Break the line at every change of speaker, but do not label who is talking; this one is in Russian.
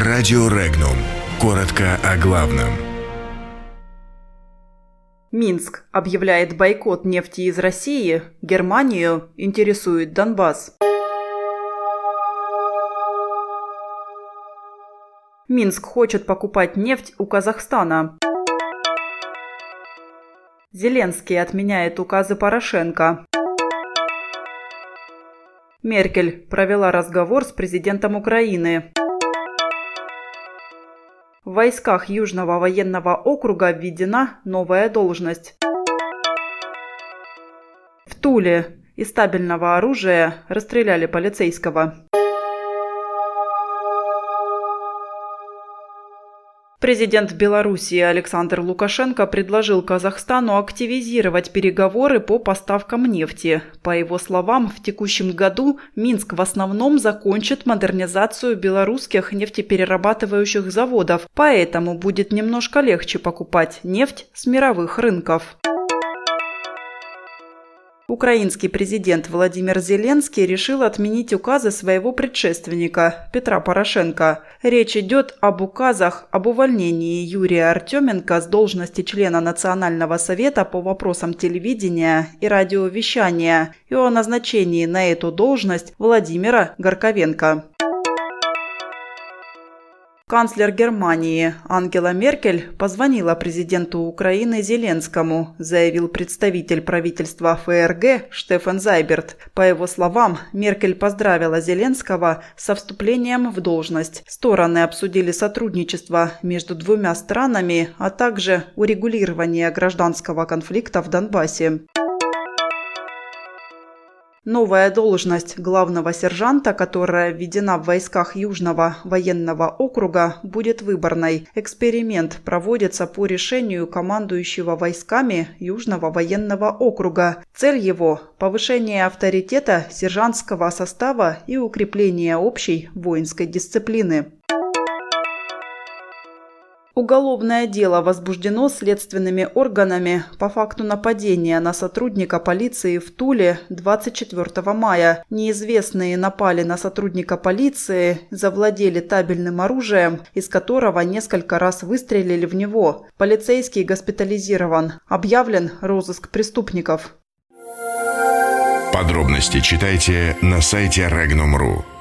Радио Регнум. Коротко о главном.
Минск объявляет бойкот нефти из России, Германию интересует Донбасс. Минск хочет покупать нефть у Казахстана. Зеленский отменяет указы Порошенко. Меркель провела разговор с президентом Украины. В войсках Южного военного округа введена новая должность. В Туле из стабильного оружия расстреляли полицейского. Президент Белоруссии Александр Лукашенко предложил Казахстану активизировать переговоры по поставкам нефти. По его словам, в текущем году Минск в основном закончит модернизацию белорусских нефтеперерабатывающих заводов, поэтому будет немножко легче покупать нефть с мировых рынков. Украинский президент Владимир Зеленский решил отменить указы своего предшественника Петра Порошенко. Речь идет об указах об увольнении Юрия Артеменко с должности члена Национального совета по вопросам телевидения и радиовещания и о назначении на эту должность Владимира Горковенко. Канцлер Германии Ангела Меркель позвонила президенту Украины Зеленскому, заявил представитель правительства ФРГ Штефан Зайберт. По его словам, Меркель поздравила Зеленского со вступлением в должность. Стороны обсудили сотрудничество между двумя странами, а также урегулирование гражданского конфликта в Донбассе. Новая должность главного сержанта, которая введена в войсках Южного военного округа, будет выборной. Эксперимент проводится по решению командующего войсками Южного военного округа. Цель его – повышение авторитета сержантского состава и укрепление общей воинской дисциплины. Уголовное дело возбуждено следственными органами по факту нападения на сотрудника полиции в Туле 24 мая. Неизвестные напали на сотрудника полиции, завладели табельным оружием, из которого несколько раз выстрелили в него. Полицейский госпитализирован. Объявлен розыск преступников.
Подробности читайте на сайте Regnum.ru.